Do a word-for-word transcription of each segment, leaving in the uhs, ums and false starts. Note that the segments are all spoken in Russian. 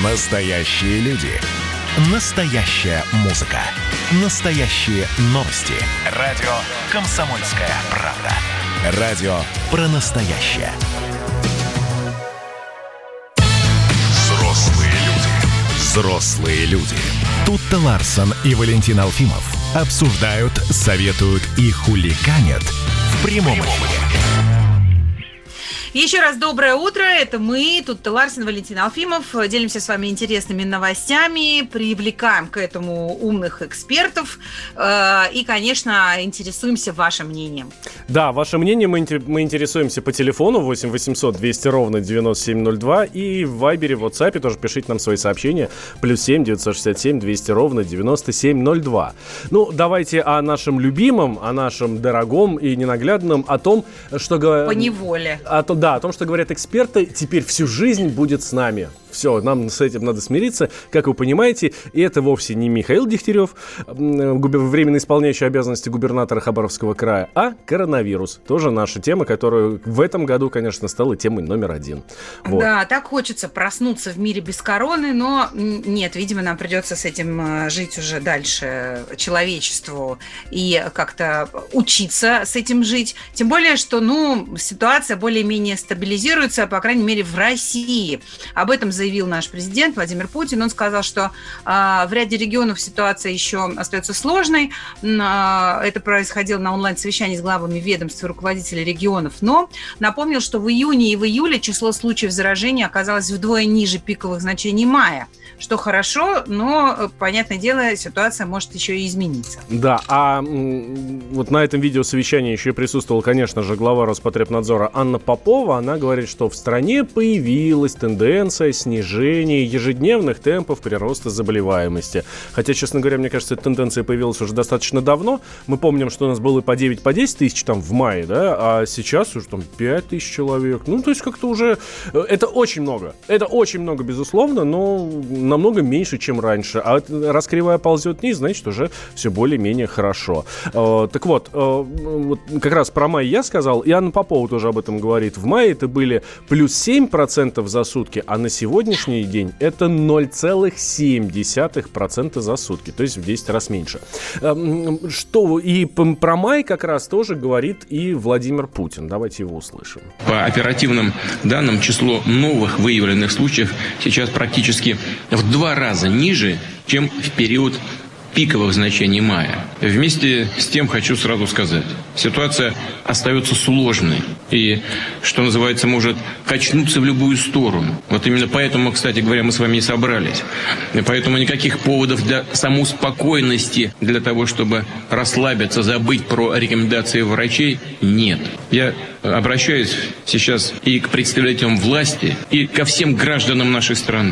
Настоящие люди. Настоящая музыка. Настоящие новости. Радио «Комсомольская правда». Радио про настоящее. Взрослые люди. Взрослые люди. Тутта Ларсон и Валентин Алфимов обсуждают, советуют и хулиганят в прямом эфире. Еще раз доброе утро, это мы, Тутта Ларсон, Валентин Алфимов, делимся с вами интересными новостями, привлекаем к этому умных экспертов э, и, конечно, интересуемся вашим мнением. Да, ваше мнение мы, мы интересуемся по телефону восемь восемьсот двести ровно девяносто семь ноль два и в Вайбере, в WhatsApp тоже пишите нам свои сообщения, плюс семь девятьсот шестьдесят семь двести ровно девяносто семь ноль два. Ну, давайте о нашем любимом, о нашем дорогом и ненаглядном, о том, что... Поневоле. О том, да, о том, что говорят эксперты, теперь всю жизнь будет с нами. Все, нам с этим надо смириться, как вы понимаете. И это вовсе не Михаил Дегтярев, временно исполняющий обязанности губернатора Хабаровского края, а коронавирус. Тоже наша тема, которая в этом году, конечно, стала темой номер один. Вот. Да, так хочется проснуться в мире без короны, но нет, видимо, нам придется с этим жить уже дальше человечеству и как-то учиться с этим жить. Тем более, что, ну, ситуация более-менее стабилизируется, по крайней мере, в России. Об этом заявил заявил наш президент Владимир Путин. Он сказал, что э, в ряде регионов ситуация еще остается сложной. Э, это происходило на онлайн-совещании с главами ведомств и руководителей регионов. Но напомнил, что в июне и в июле число случаев заражения оказалось вдвое ниже пиковых значений мая. Что хорошо, но, понятное дело, ситуация может еще и измениться. Да, а вот на этом видеосовещании еще присутствовала, конечно же, глава Роспотребнадзора Анна Попова. Она говорит, что в стране появилась тенденция снижения ежедневных темпов прироста заболеваемости. Хотя, честно говоря, мне кажется, эта тенденция появилась уже достаточно давно. Мы помним, что у нас было по девять, по десять тысяч там в мае, да, а сейчас уже там пять тысяч человек. Ну, то есть как-то уже... Это очень много. Это очень много, безусловно, но... намного меньше, чем раньше. А раз кривая ползет вниз, значит, уже все более-менее хорошо. Э, так вот, э, вот, как раз про май я сказал, и Анна Попова тоже об этом говорит. В мае это были плюс семь процентов за сутки, а на сегодняшний день это ноль целых семь десятых процента за сутки, то есть в десять раз меньше. Э, что, и про май как раз тоже говорит и Владимир Путин. Давайте его услышим. По оперативным данным, число новых выявленных случаев сейчас практически в два раза ниже, чем в период пиковых значений мая. Вместе с тем хочу сразу сказать, ситуация остается сложной и, что называется, может качнуться в любую сторону. Вот именно поэтому, кстати говоря, мы с вами и собрались. И поэтому никаких поводов для самоуспокоенности, для того, чтобы расслабиться, забыть про рекомендации врачей, нет. Я обращаюсь сейчас и к представителям власти, и ко всем гражданам нашей страны.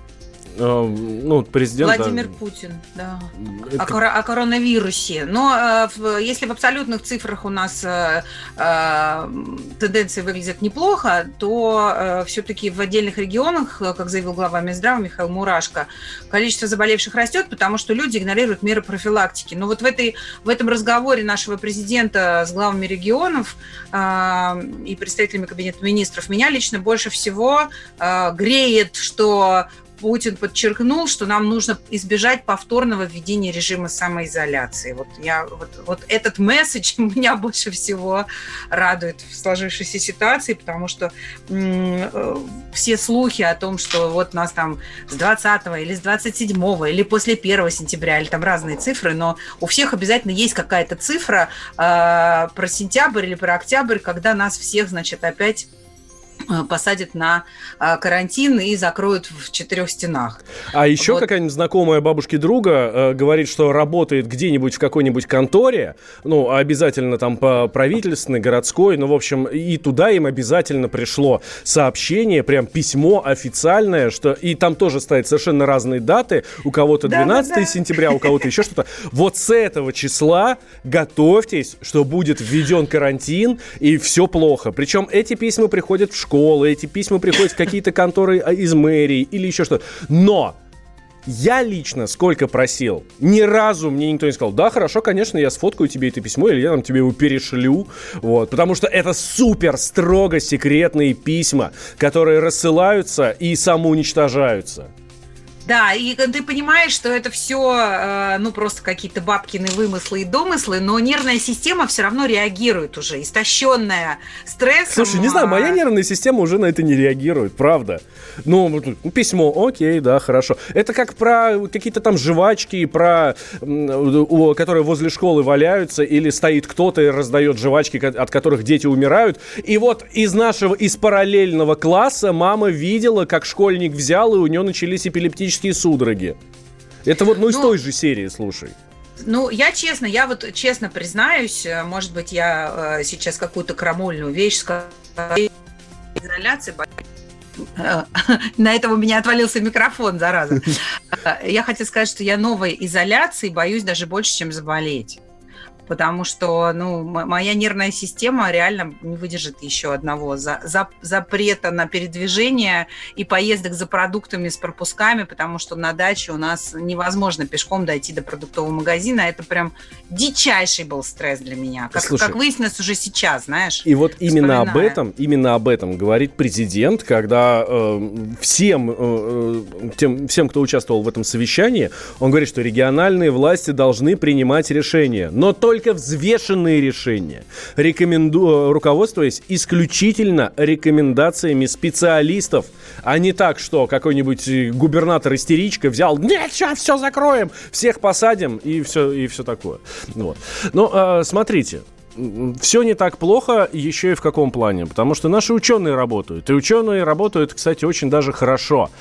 Ну, президент... Владимир да. Путин, да. Это... О, кор- о коронавирусе. Но э, в, если в абсолютных цифрах у нас э, э, тенденции выглядят неплохо, то э, все-таки в отдельных регионах, как заявил глава Минздрава Михаил Мурашко, количество заболевших растет, потому что люди игнорируют меры профилактики. Но вот в, этой, в этом разговоре нашего президента с главами регионов э, и представителями Кабинета министров меня лично больше всего э, греет, что Путин подчеркнул, что нам нужно избежать повторного введения режима самоизоляции. Вот, я, вот, вот этот месседж меня больше всего радует в сложившейся ситуации, потому что м- все слухи о том, что вот нас там с двадцатого или с двадцать седьмого или после первого сентября, или там разные цифры, но у всех обязательно есть какая-то цифра э- про сентябрь или про октябрь, когда нас всех, значит, опять посадят на карантин и закроют в четырех стенах. А еще вот. Какая-нибудь знакомая бабушки друга э, говорит, что работает где-нибудь в какой-нибудь конторе, ну, обязательно там по правительственной, городской, ну, в общем, и туда им обязательно пришло сообщение, прям письмо официальное, что и там тоже стоят совершенно разные даты, у кого-то двенадцатого сентября, у кого-то еще что-то. Вот с этого числа готовьтесь, что будет введен карантин, и все плохо. Причем эти письма приходят в школу, школы, эти письма приходят в какие-то конторы из мэрии или еще что-то. Но я лично сколько просил, ни разу мне никто не сказал: да, хорошо, конечно, я сфоткаю тебе это письмо, или я там тебе его перешлю. Вот, потому что это супер строго секретные письма, которые рассылаются и самоуничтожаются. Да, и ты понимаешь, что это все, ну, просто какие-то бабкины вымыслы и домыслы, но нервная система все равно реагирует уже, истощенная стрессом. Слушай, не знаю, моя нервная система уже на это не реагирует, правда. Ну, письмо, окей, да, хорошо. Это как про какие-то там жвачки, про, которые возле школы валяются, или стоит кто-то и раздает жвачки, от которых дети умирают. И вот из нашего, из параллельного класса мама видела, как школьник взял, и у него начались эпилептические судороги. Это вот, ну, из ну, той же серии, слушай. Ну, я честно, я вот честно признаюсь, может быть, я э, сейчас какую-то крамольную вещь сказала, изоляции, на этом у меня отвалился микрофон, зараза. Я хотела сказать, что я новой изоляции боюсь даже больше, чем заболеть. Потому что, ну, моя нервная система реально не выдержит еще одного за, за, запрета на передвижение и поездок за продуктами с пропусками, потому что на даче у нас невозможно пешком дойти до продуктового магазина. Это прям дичайший был стресс для меня. Как, как выяснилось уже сейчас, знаешь. И вот именно об этом, именно об этом говорит президент, когда э, всем, э, тем, всем, кто участвовал в этом совещании, он говорит, что региональные власти должны принимать решения, но только Только взвешенные решения, рекоменду... руководствуясь исключительно рекомендациями специалистов, а не так, что какой-нибудь губернатор-истеричка взял, нет, сейчас все закроем, всех посадим и все, и все такое. Вот. Но э, смотрите. Все не так плохо еще и в каком плане? Потому что наши ученые работают. И ученые работают, кстати, очень даже хорошо.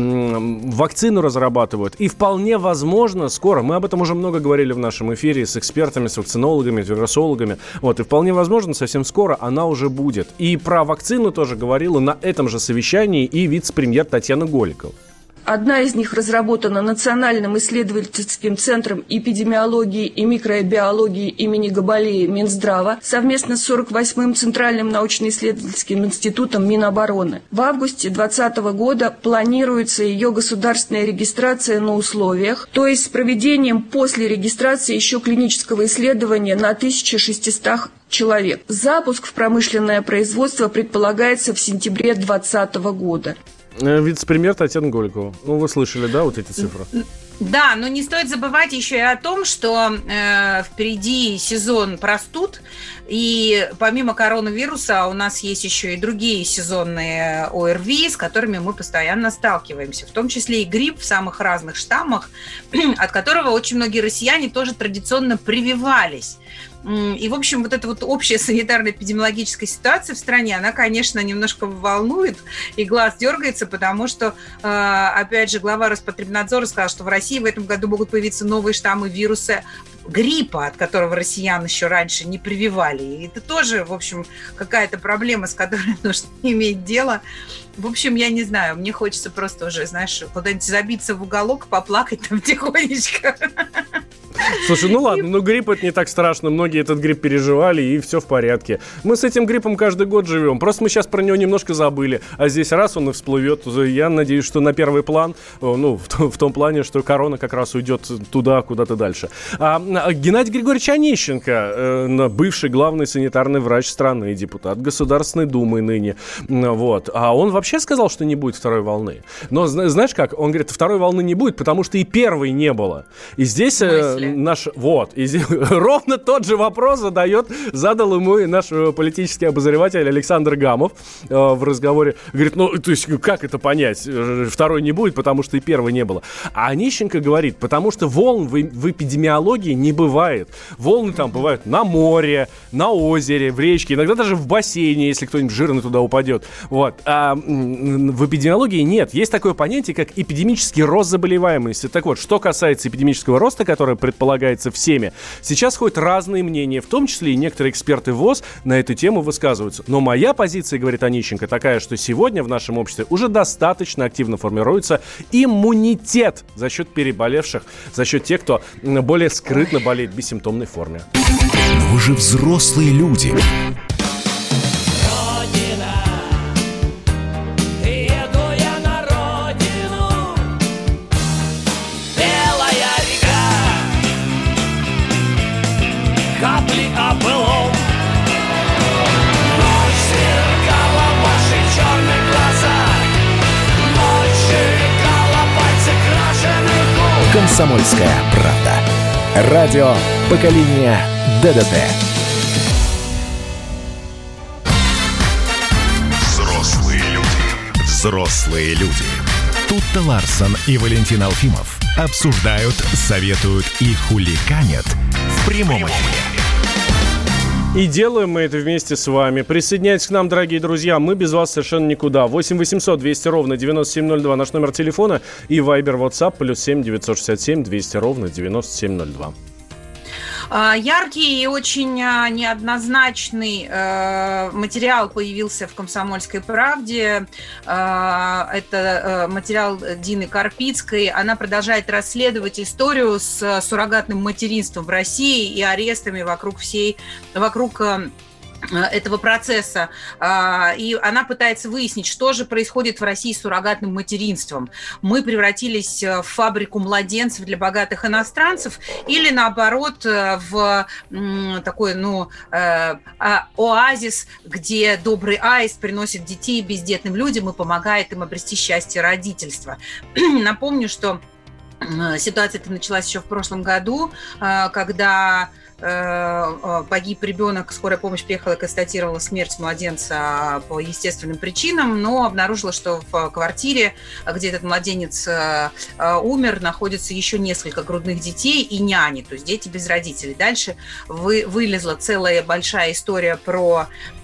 Вакцину разрабатывают. И вполне возможно скоро, мы об этом уже много говорили в нашем эфире с экспертами, с вакцинологами, с вирусологами. Вот, и вполне возможно, совсем скоро она уже будет. И про вакцину тоже говорила на этом же совещании и вице-премьер Татьяна Голикова. Одна из них разработана Национальным исследовательским центром эпидемиологии и микробиологии имени Габалеи Минздрава совместно с сорок восьмым Центральным научно-исследовательским институтом Минобороны. В августе двадцатого года планируется ее государственная регистрация на условиях, то есть с проведением после регистрации еще клинического исследования на тысяча шестьсот человек. Запуск в промышленное производство предполагается в сентябре двадцатого года. Вице-премьер Татьяна Голикова. Ну, вы слышали, да, вот эти цифры? Да, но не стоит забывать еще и о том, что э, впереди сезон простуд, и помимо коронавируса у нас есть еще и другие сезонные ОРВИ, с которыми мы постоянно сталкиваемся, в том числе и грипп в самых разных штаммах, от которого очень многие россияне тоже традиционно прививались. И, в общем, вот эта вот общая санитарно-эпидемиологическая ситуация в стране, она, конечно, немножко волнует, и глаз дергается, потому что, опять же, глава Роспотребнадзора сказал, что в России в этом году могут появиться новые штаммы вируса гриппа, от которого россиян еще раньше не прививали. И это тоже, в общем, какая-то проблема, с которой нужно иметь дело. В общем, я не знаю, мне хочется просто уже, знаешь, куда-нибудь забиться в уголок, поплакать там тихонечко. Слушай, ну ладно, ну грипп это не так страшно, многие этот грипп переживали, и все в порядке. Мы с этим гриппом каждый год живем, просто мы сейчас про него немножко забыли, а здесь раз он и всплывет. Я надеюсь, что на первый план, ну, в том, в том плане, что корона как раз уйдет туда, куда-то дальше. А, Геннадий Григорьевич Онищенко, э, бывший главный санитарный врач страны, депутат Государственной Думы ныне, вот, а он вообще сказал, что не будет второй волны. Но знаешь как, он говорит, второй волны не будет, потому что и первой не было. И здесь... Наш, вот, и здесь, ровно тот же вопрос задает, задал ему и наш политический обозреватель Александр Гамов э, в разговоре. Говорит, ну, то есть, как это понять? Второй не будет, потому что и первой не было. А Онищенко говорит, потому что волн в, в эпидемиологии не бывает. Волны там бывают на море, на озере, в речке, иногда даже в бассейне, если кто-нибудь жирный туда упадет. Вот. А в эпидемиологии нет. Есть такое понятие, как эпидемический рост заболеваемости. Так вот, что касается эпидемического роста, который предполагается всеми, сейчас ходят разные мнения, в том числе и некоторые эксперты ВОЗ на эту тему высказываются. Но моя позиция, говорит Онищенко, такая, что сегодня в нашем обществе уже достаточно активно формируется иммунитет за счет переболевших, за счет тех, кто более скрытно болеет в бессимптомной форме. Но вы же взрослые люди. Капли о былом. Ночь сверкала в ваших черных глазах. Ночь сверкала пальцы края. «Комсомольская правда». Радио поколения ДДТ. Взрослые люди. Взрослые люди. Тутта Ларсон и Валентин Алфимов обсуждают, советуют и хулиганят в прямом эфире. И делаем мы это вместе с вами. Присоединяйтесь к нам, дорогие друзья. Мы без вас совершенно никуда. восемь восемьсот двести ровно девяносто семь ноль два наш номер телефона. И Вайбер, WhatsApp плюс семь девятьсот шестьдесят семь двести ровно девяносто семь ноль два. Яркий и очень неоднозначный материал появился в «Комсомольской правде». Это материал Дины Карпицкой. Она продолжает расследовать историю с суррогатным материнством в России и арестами вокруг всей, вокруг этого процесса. И она пытается выяснить, что же происходит в России с суррогатным материнством. Мы превратились в фабрику младенцев для богатых иностранцев или, наоборот, в такой, ну, оазис, где добрый аист приносит детей бездетным людям и помогает им обрести счастье родительства. Напомню, что ситуация-то началась еще в прошлом году, когда погиб ребенок, скорая помощь приехала и констатировала смерть младенца по естественным причинам, но обнаружила, что в квартире, где этот младенец умер, находится еще несколько грудных детей и няни, то есть дети без родителей. Дальше вы, вылезла целая большая история про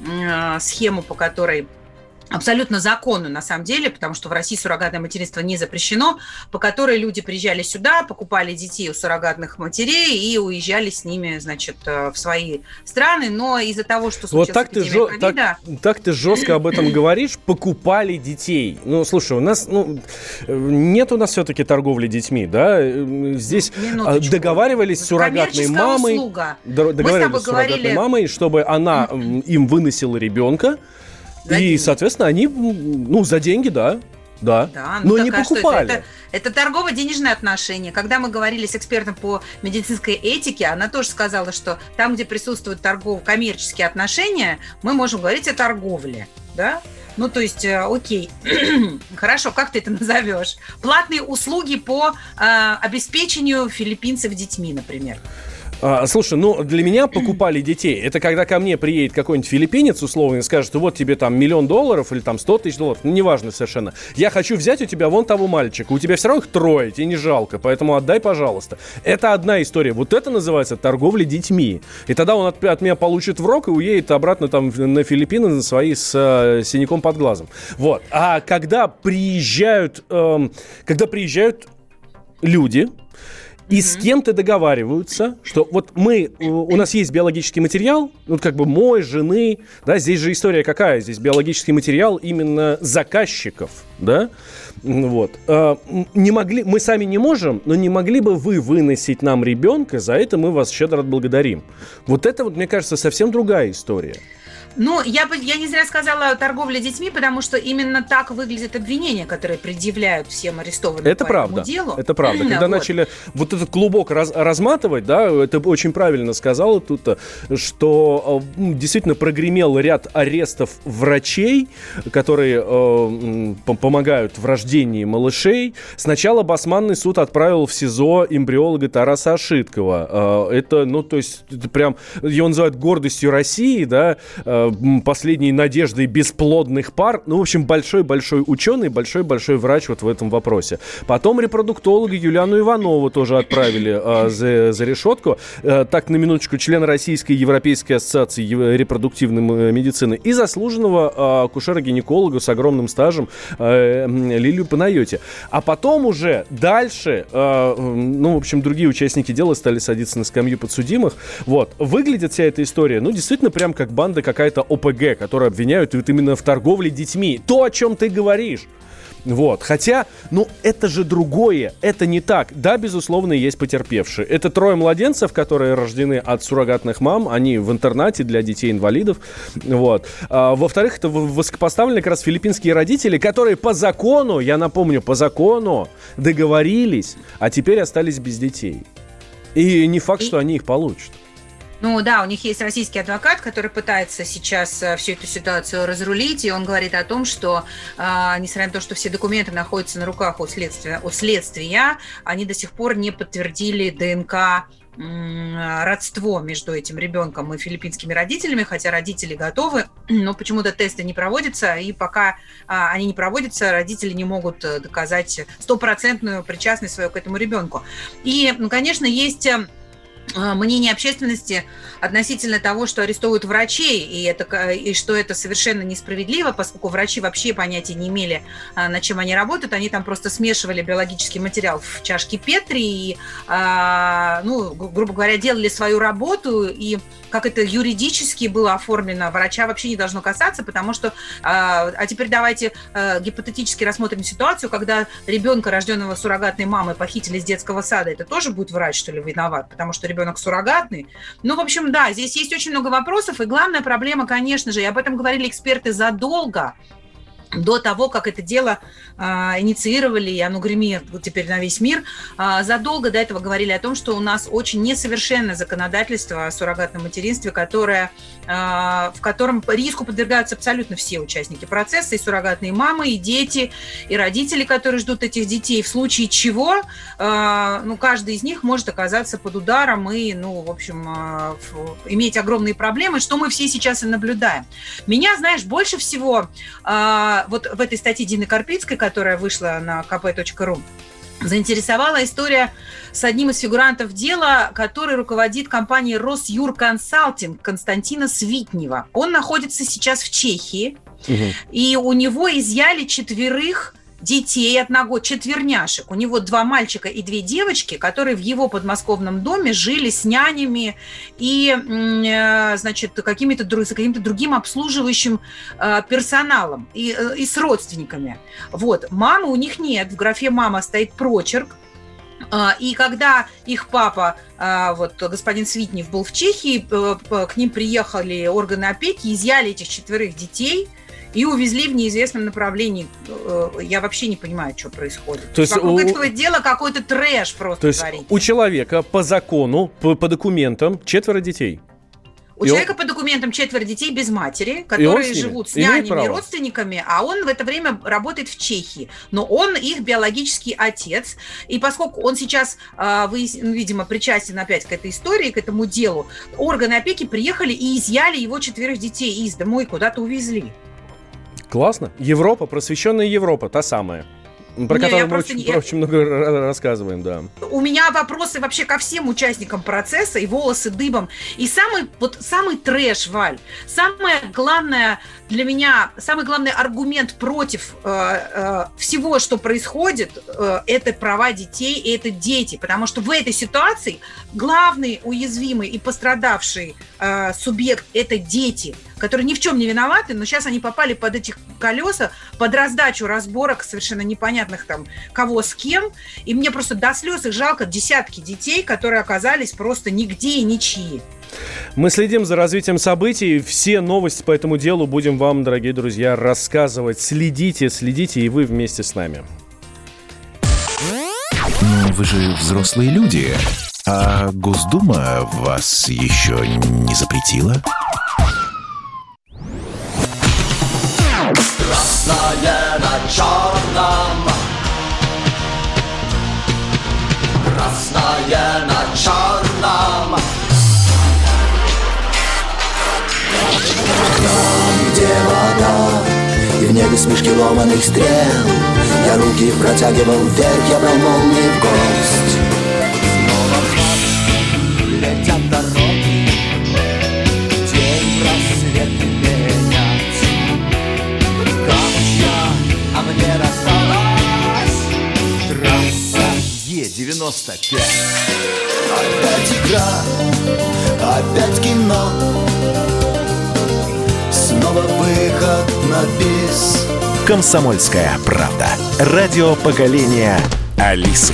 схему, по которой абсолютно законную, на самом деле, потому что в России суррогатное материнство не запрещено, по которой люди приезжали сюда, покупали детей у суррогатных матерей и уезжали с ними, значит, в свои страны, но из-за того, что случилась вот так эпидемия ты ковида... Так, так ты жестко об этом говоришь, покупали детей. Ну, слушай, у нас, ну, нет у нас все-таки торговли детьми, да? Здесь Минуточку. договаривались с суррогатной мамой, услуга. договаривались с суррогатной говорили... мамой, чтобы она им выносила ребенка. За и, деньги. Соответственно, они, ну, за деньги, да, да, да ну, но не покупали. Это, это, это торгово-денежные отношения. Когда мы говорили с экспертом по медицинской этике, она тоже сказала, что там, где присутствуют торгово-коммерческие отношения, мы можем говорить о торговле, да? Ну, то есть, окей, хорошо, как ты это назовешь? Платные услуги по э, обеспечению филиппинцев детьми, например. А, слушай, ну, для меня покупали детей. Это когда ко мне приедет какой-нибудь филиппинец, условно, и скажет, вот тебе там миллион долларов или там сто тысяч долларов, ну, неважно совершенно. Я хочу взять у тебя вон того мальчика. У тебя все равно их трое, тебе не жалко, поэтому отдай, пожалуйста. Это одна история. Вот это называется торговля детьми. И тогда он от, от меня получит в рог и уедет обратно там на Филиппины на свои с э, синяком под глазом. Вот. А когда приезжают, э, когда приезжают люди... И mm-hmm. с кем-то договариваются, что вот мы, у нас есть биологический материал, вот как бы мой, жены, да, здесь же история какая, здесь биологический материал именно заказчиков, да, вот. Не могли, мы сами не можем, но не могли бы вы выносить нам ребенка, за это мы вас щедро отблагодарим. Вот это вот, мне кажется, совсем другая история. Ну, я, я не зря сказала о торговле детьми, потому что именно так выглядят обвинения, которые предъявляют всем арестованным это по правда, этому делу. Это правда. Когда вот. начали вот этот клубок раз, разматывать, да, это очень правильно сказала тут, что действительно прогремел ряд арестов врачей, которые э, помогают в рождении малышей. Сначала Басманный суд отправил в СИЗО эмбриолога Тараса Ашиткова. Э, это, ну, то есть, это прям, его называют гордостью России, да, э, последней надеждой бесплодных пар. Ну, в общем, большой-большой ученый, большой-большой врач вот в этом вопросе. Потом репродуктолога Юлиану Иванову тоже отправили а, за, за решетку. А, так, на минуточку, член Российской и Европейской ассоциации репродуктивной медицины и заслуженного а, акушера-гинеколога с огромным стажем а, Лилию Панайоти. А потом уже дальше, а, ну, в общем, другие участники дела стали садиться на скамью подсудимых. Вот. Выглядит вся эта история, ну, действительно, прям как банда какая-то ОПГ, которые обвиняют вот именно в торговле детьми. То, о чем ты говоришь. Вот. Хотя, ну, это же другое. Это не так. Да, безусловно, есть потерпевшие. Это трое младенцев, которые рождены от суррогатных мам. Они в интернате для детей-инвалидов. Вот. А, во-вторых, это высокопоставленные как раз филиппинские родители, которые по закону, я напомню, по закону договорились, а теперь остались без детей. И не факт, что они их получат. Ну да, у них есть российский адвокат, который пытается сейчас всю эту ситуацию разрулить, и он говорит о том, что, э, несмотря на то, что все документы находятся на руках у следствия, у следствия, они до сих пор не подтвердили ДНК родство между этим ребенком и филиппинскими родителями, хотя родители готовы, но почему-то тесты не проводятся, и пока а, они не проводятся, родители не могут доказать стопроцентную причастность свою к этому ребенку. И, ну, конечно, есть мнение общественности относительно того, что арестовывают врачей, и, это, и что это совершенно несправедливо, поскольку врачи вообще понятия не имели, над чем они работают, они там просто смешивали биологический материал в чашке Петри и, ну, грубо говоря, делали свою работу, и как это юридически было оформлено, врача вообще не должно касаться, потому что... А теперь давайте гипотетически рассмотрим ситуацию, когда ребенка, рожденного суррогатной мамой, похитили из детского сада, это тоже будет врач, что ли, виноват, потому что ребенок суррогатный. Ну, в общем, да, здесь есть очень много вопросов, и главная проблема, конечно же, и об этом говорили эксперты задолго до того, как это дело э, инициировали, и оно гремит теперь на весь мир, э, задолго до этого говорили о том, что у нас очень несовершенное законодательство о суррогатном материнстве, которое, э, в котором риску подвергаются абсолютно все участники процесса, и суррогатные мамы, и дети, и родители, которые ждут этих детей, в случае чего, э, ну, каждый из них может оказаться под ударом и, ну, в общем, э, иметь огромные проблемы, что мы все сейчас и наблюдаем. Меня, знаешь, больше всего... Э, вот в этой статье Дины Карпицкой, которая вышла на ка пэ точка ру, заинтересовала история с одним из фигурантов дела, который руководит компанией Росюрконсалтинг, Константина Свитнева. Он находится сейчас в Чехии, угу. и у него изъяли четверых детей одного, четверняшек. У него два мальчика и две девочки, которые в его подмосковном доме жили с нянями и, значит, какими-то, с каким-то другим обслуживающим персоналом и, и с родственниками. Вот. Мамы у них нет. В графе «мама» стоит прочерк. И когда их папа, вот господин Свитнев, был в Чехии, к ним приехали органы опеки, изъяли этих четверых детей и увезли в неизвестном направлении. Я вообще не понимаю, что происходит. То есть вокруг у... этого дела какой-то трэш просто То есть творится. У человека по закону, по, по документам четверо детей. У и человека он... по документам четверо детей без матери, которые с живут с нянями и родственниками, а он в это время работает в Чехии. Но он их биологический отец. И поскольку он сейчас, видимо, причастен опять к этой истории, к этому делу, органы опеки приехали и изъяли его четверых детей из дома и куда-то увезли. Классно. Европа, просвещенная Европа, та самая. Про не, которую мы очень, не... я... очень много рассказываем, да. У меня вопросы вообще ко всем участникам процесса, и волосы дыбом. И самый, вот, самый трэш, Валь, самое главное для меня, самый главный аргумент против э, э, всего, что происходит, э, это права детей, и это дети. Потому что в этой ситуации главный уязвимый и пострадавший э, субъект – это дети, которые ни в чем не виноваты, но сейчас они попали под эти колеса, под раздачу разборок совершенно непонятных там кого с кем, и мне просто до слез их жалко, десятки детей, которые оказались просто нигде и ничьи. Мы следим за развитием событий, все новости по этому делу будем вам, дорогие друзья, рассказывать. Следите, следите, и вы вместе с нами. Ну, вы же взрослые люди, а Госдума вас еще не запретила? Красное на черном, красное на черном. Там, где вода, и в небе смешки ломаных стрел, я руки протягивал вверх, я брал молнии в гость. Снова в ночь летят дороги, день просвет менять. Камча, а мне рассталась трасса Е девяносто пять. Опять игра, опять кино, снова выход на бис. «Комсомольская правда». Радио поколения Алисы.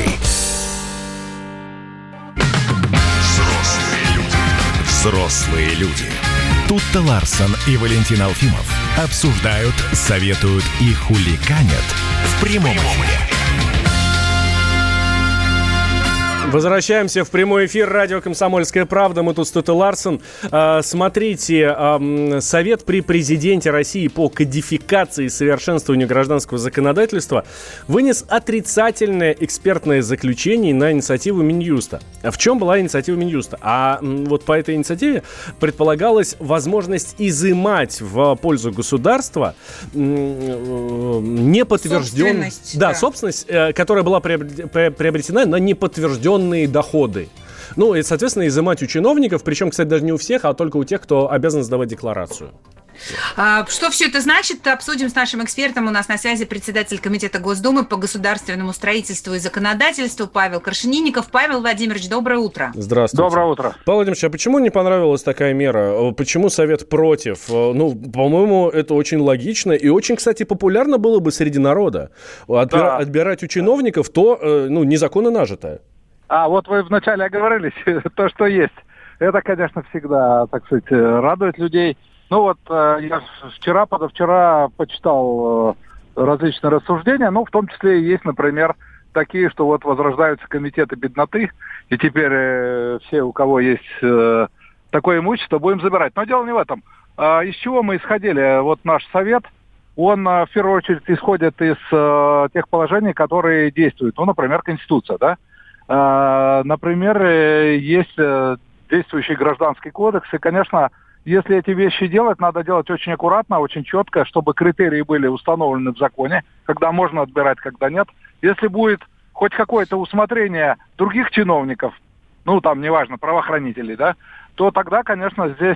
Взрослые люди. Взрослые люди. Тут-то Ларсон и Валентин Алфимов обсуждают, советуют и хуликанят в прямом эфире. Возвращаемся в прямой эфир радио «Комсомольская правда». Мы тут с Тутой Ларсен. А, смотрите, а, Совет при президенте России по кодификации и совершенствованию гражданского законодательства вынес отрицательное экспертное заключение на инициативу Минюста. В чем была инициатива Минюста? А вот по этой инициативе предполагалась возможность изымать в пользу государства неподтвержденную... Собственность. Да, да, собственность, которая была приобретена на неподтвержденные доходы. Ну, и, соответственно, изымать у чиновников, причем, кстати, даже не у всех, а только у тех, кто обязан сдавать декларацию. А, что все это значит, обсудим с нашим экспертом. У нас на связи председатель Комитета Госдумы по государственному строительству и законодательству Павел Крашенинников. Павел Владимирович, доброе утро. Здравствуйте. Доброе утро. Павел Владимирович, а почему не понравилась такая мера? Почему Совет против? Ну, по-моему, это очень логично и очень, кстати, популярно было бы среди народа. Отбира- Да. Отбирать у чиновников то, ну, незаконно нажитое. А вот вы вначале оговорились, то, что есть. Это, конечно, всегда, так сказать, радует людей. Ну вот, я вчера, позавчера почитал различные рассуждения, ну, в том числе есть, например, такие, что вот возрождаются комитеты бедноты, и теперь все, у кого есть такое имущество, будем забирать. Но дело не в этом. Из чего мы исходили? Вот наш совет, он в первую очередь исходит из тех положений, которые действуют. Ну, например, Конституция, да? Например, есть действующий Гражданский кодекс, и, конечно, если эти вещи делать, надо делать очень аккуратно, очень четко, чтобы критерии были установлены в законе, когда можно отбирать, когда нет. Если будет хоть какое-то усмотрение других чиновников, ну, там, неважно, правоохранителей, да, то тогда, конечно, здесь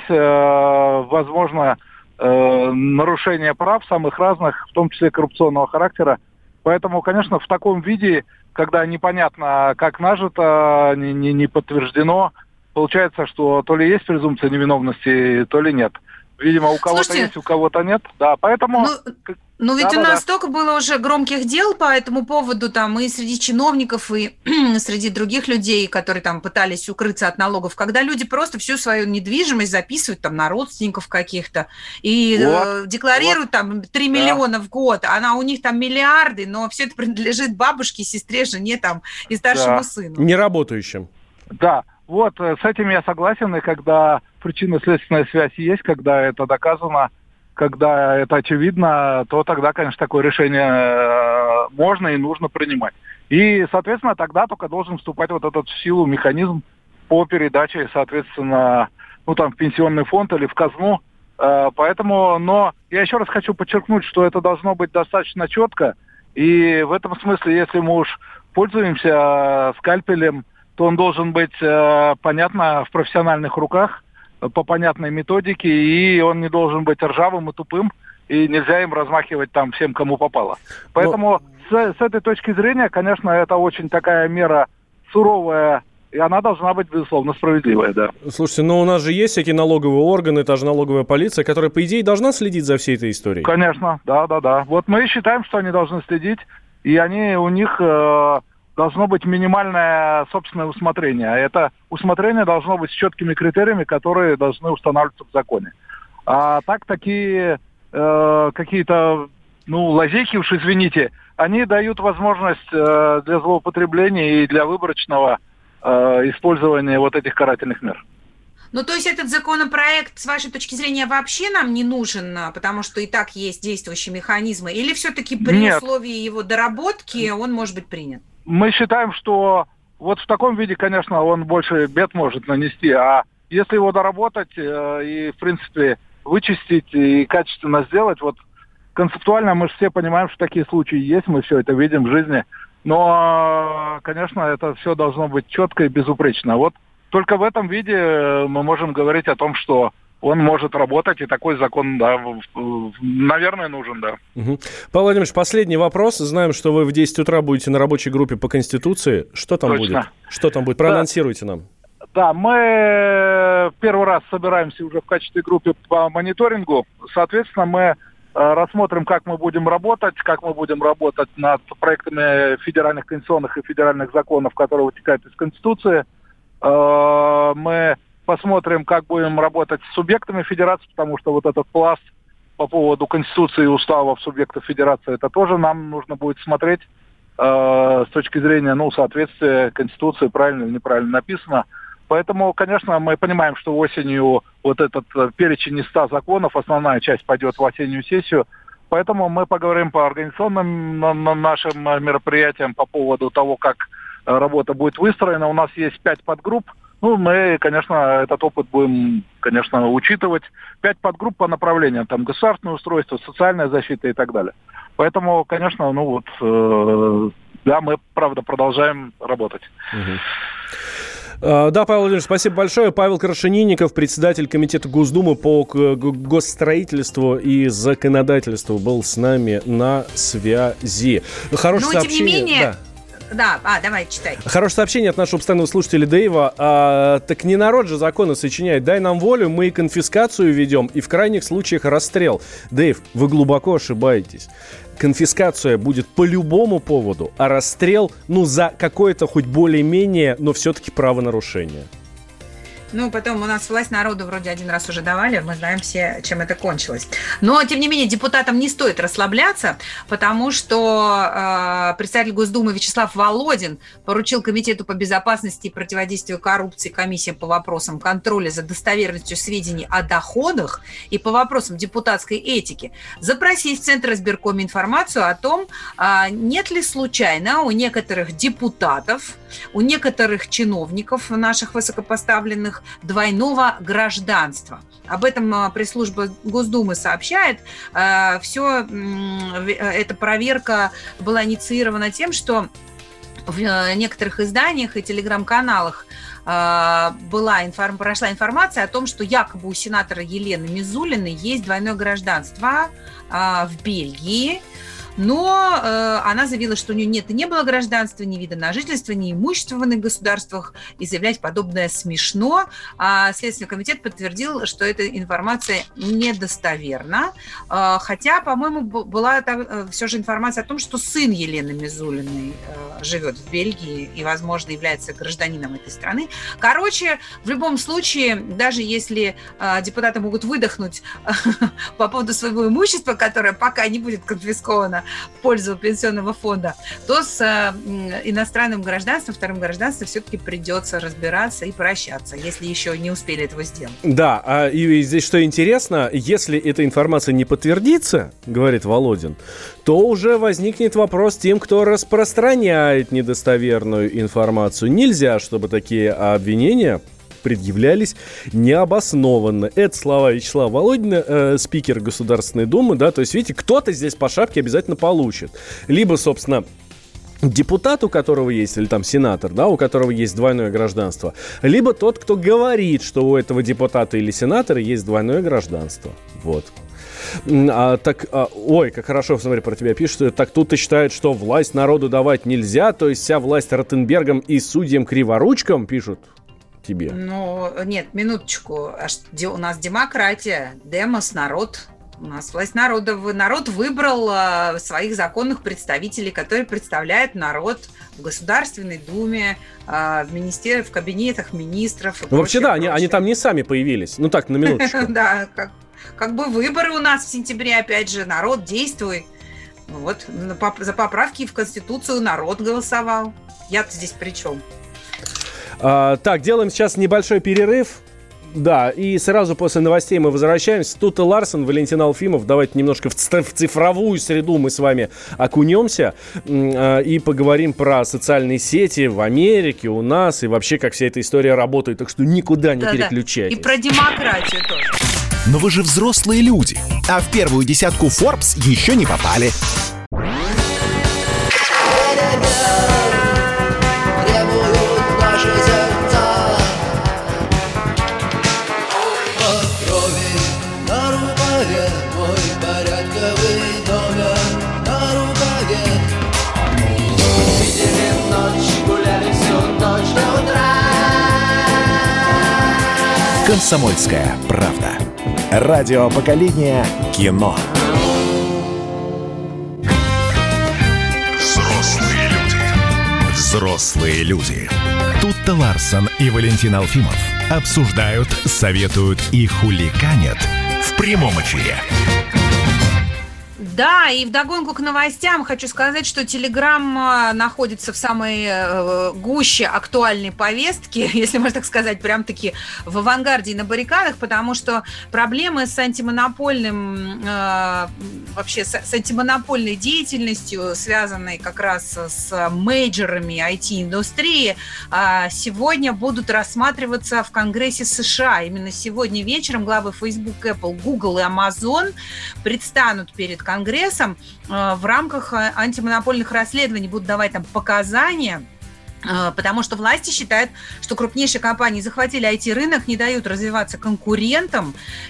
э, возможно э, нарушение прав самых разных, в том числе коррупционного характера. Поэтому, конечно, в таком виде, когда непонятно, как нажито, не, не, не подтверждено, получается, что то ли есть презумпция невиновности, то ли нет. Видимо, у кого-то Слушайте, есть, у кого-то нет. Да, поэтому... Ну, ну ведь да, у да, нас да. столько было уже громких дел по этому поводу, там, и среди чиновников, и среди других людей, которые там пытались укрыться от налогов, когда люди просто всю свою недвижимость записывают там на родственников каких-то и Вот, э, декларируют вот. там три Да. миллиона в год, а у них там миллиарды, но все это принадлежит бабушке, сестре, жене там и старшему Да. сыну. Неработающим. Да, вот э, с этим я согласен, и когда причинно-следственная связь есть, когда это доказано, когда это очевидно, то тогда, конечно, такое решение э, можно и нужно принимать. И, соответственно, тогда только должен вступать вот этот в силу механизм по передаче, соответственно, ну там в пенсионный фонд или в казну. Э, поэтому, но я еще раз хочу подчеркнуть, что это должно быть достаточно четко. И в этом смысле, если мы уж пользуемся скальпелем, то он должен быть, э, понятно, в профессиональных руках, э, по понятной методике, и он не должен быть ржавым и тупым, и нельзя им размахивать там всем, кому попало. Поэтому Но... с, с этой точки зрения, конечно, это очень такая мера суровая, и она должна быть, безусловно, справедливая, да. Слушайте, но у нас же есть всякие налоговые органы, та же налоговая полиция, которая, по идее, должна следить за всей этой историей. Конечно, да-да-да. Вот мы считаем, что они должны следить, и они, у них... Э, должно быть минимальное собственное усмотрение. А это усмотрение должно быть с четкими критериями, которые должны устанавливаться в законе. А так такие э, какие-то, ну, лазейки, уж извините, они дают возможность э, для злоупотребления и для выборочного э, использования вот этих карательных мер. Ну, то есть этот законопроект, с вашей точки зрения, вообще нам не нужен, потому что и так есть действующие механизмы? Или все-таки при Нет. условии его доработки он может быть принят? Мы считаем, что вот в таком виде, конечно, он больше бед может нанести, а если его доработать э, и, в принципе, вычистить и качественно сделать, вот концептуально мы же все понимаем, что такие случаи есть, мы все это видим в жизни, но, конечно, это все должно быть четко и безупречно. Вот только в этом виде мы можем говорить о том, что он может работать, и такой закон, да, наверное, нужен, да. Угу. Павел Владимирович, последний вопрос. Знаем, что вы в десять утра будете на рабочей группе по Конституции. Что там Точно. будет? Что там будет? Проанонсируйте нам. Да, мы первый раз собираемся уже в качестве группы по мониторингу. Соответственно, мы рассмотрим, как мы будем работать, как мы будем работать над проектами федеральных конституционных и федеральных законов, которые вытекают из Конституции. Мы посмотрим, как будем работать с субъектами федерации, потому что вот этот пласт по поводу Конституции и уставов субъектов федерации, это тоже нам нужно будет смотреть э, с точки зрения, ну, соответствия Конституции, правильно или неправильно написано. Поэтому, конечно, мы понимаем, что осенью вот этот перечень из ста законов, основная часть пойдет в осеннюю сессию. Поэтому мы поговорим по организационным нашим мероприятиям по поводу того, как работа будет выстроена. У нас есть пять подгрупп. Ну, мы, конечно, этот опыт будем, конечно, учитывать. Пять подгрупп по направлениям. Там государственное устройство, социальная защита и так далее. Поэтому, конечно, ну вот, э, да, мы, правда, продолжаем работать. Да, Павел Владимирович, спасибо большое. Павел Крашенинников, председатель комитета Госдумы по госстроительству и законодательству, был с нами на связи. Хорошее Но, сообщение. Тем не менее... Да. Да, а, давай, читай. Хорошее сообщение от нашего постоянного слушателя Дэйва. А, так не народ же законы сочиняет. Дай нам волю, мы и конфискацию ведем, и в крайних случаях расстрел. Дэйв, вы глубоко ошибаетесь. Конфискация будет по любому поводу, а расстрел, ну, за какое-то хоть более-менее, но все-таки правонарушение. Ну, потом у нас власть народу вроде один раз уже давали, мы знаем все, чем это кончилось. Но, тем не менее, депутатам не стоит расслабляться, потому что э, председатель Госдумы Вячеслав Володин поручил Комитету по безопасности и противодействию коррупции, комиссиям по вопросам контроля за достоверностью сведений о доходах и по вопросам депутатской этики запросить в Центр избиркома информацию о том, э, нет ли случайно у некоторых депутатов, у некоторых чиновников наших высокопоставленных двойного гражданства. Об этом пресс-служба Госдумы сообщает. Все, эта проверка была инициирована тем, что в некоторых изданиях и телеграм-каналах была информ... прошла информация о том, что якобы у сенатора Елены Мизулиной есть двойное гражданство в Бельгии. Но э, она заявила, что у нее нет и не было гражданства, ни вида на жительство, ни имущества в иных государствах, и заявлять подобное смешно. А Следственный комитет подтвердил, что эта информация недостоверна. Э, хотя, по-моему, была там, все же информация о том, что сын Елены Мизулиной э, живет в Бельгии и, возможно, является гражданином этой страны. Короче, в любом случае, даже если э, депутаты могут выдохнуть э, по поводу своего имущества, которое пока не будет конфисковано в пользу пенсионного фонда, то с э, иностранным гражданством, вторым гражданством все-таки придется разбираться и прощаться, если еще не успели этого сделать. Да, и здесь что интересно, если эта информация не подтвердится, говорит Володин, то уже возникнет вопрос тем, кто распространяет недостоверную информацию. Нельзя, чтобы такие обвинения предъявлялись необоснованно. Это слова Вячеслава Володина, э, спикер Государственной Думы, да, то есть, видите, кто-то здесь по шапке обязательно получит. Либо, собственно, депутат, у которого есть, или там сенатор, да, у которого есть двойное гражданство, либо тот, кто говорит, что у этого депутата или сенатора есть двойное гражданство. Вот. А, так, а, ой, как хорошо, смотри, про тебя пишут. Так тут-то считают, что власть народу давать нельзя, то есть вся власть Ротенбергом и судьям-криворучкам, пишут тебе. Ну, нет, минуточку. У нас демократия, демос, народ. У нас власть народа. Народ выбрал своих законных представителей, которые представляют народ в Государственной Думе, в министерстве, в кабинетах министров. Ну, вообще, да, они, они там не сами появились. Ну, так, на минуточку. Да, как бы выборы у нас в сентябре, опять же, народ, действуй. Вот, за поправки в Конституцию народ голосовал. Я-то здесь при чем? А, так, делаем сейчас небольшой перерыв. Да, и сразу после новостей мы возвращаемся. Тут Ларсон, Валентин Алфимов. Давайте немножко в цифровую среду мы с вами окунемся э, и поговорим про социальные сети в Америке, у нас, и вообще, как вся эта история работает. Так что никуда не да, переключайтесь. Да. И про демократию тоже. Но вы же взрослые люди, а в первую десятку Forbes еще не попали. «Комсомольская правда». Радио поколения кино. Взрослые люди. Взрослые люди. Тут-то Ларсон и Валентин Алфимов обсуждают, советуют и хуликанят в прямом эфире. Да, и вдогонку к новостям хочу сказать, что Telegram находится в самой э, гуще актуальной повестки, если можно так сказать, прям-таки в авангарде и на баррикадах, потому что проблемы с антимонопольным, э, вообще с, с антимонопольной деятельностью, связанной как раз с мейджорами ай ти-индустрии, э, сегодня будут рассматриваться в Конгрессе США. Именно сегодня вечером главы Facebook, Apple, Google и Amazon предстанут перед Конгрессом Конгрессом в рамках антимонопольных расследований, будут давать там показания, потому что власти считают, что крупнейшие компании захватили ай ти-рынок, не дают развиваться конкурентам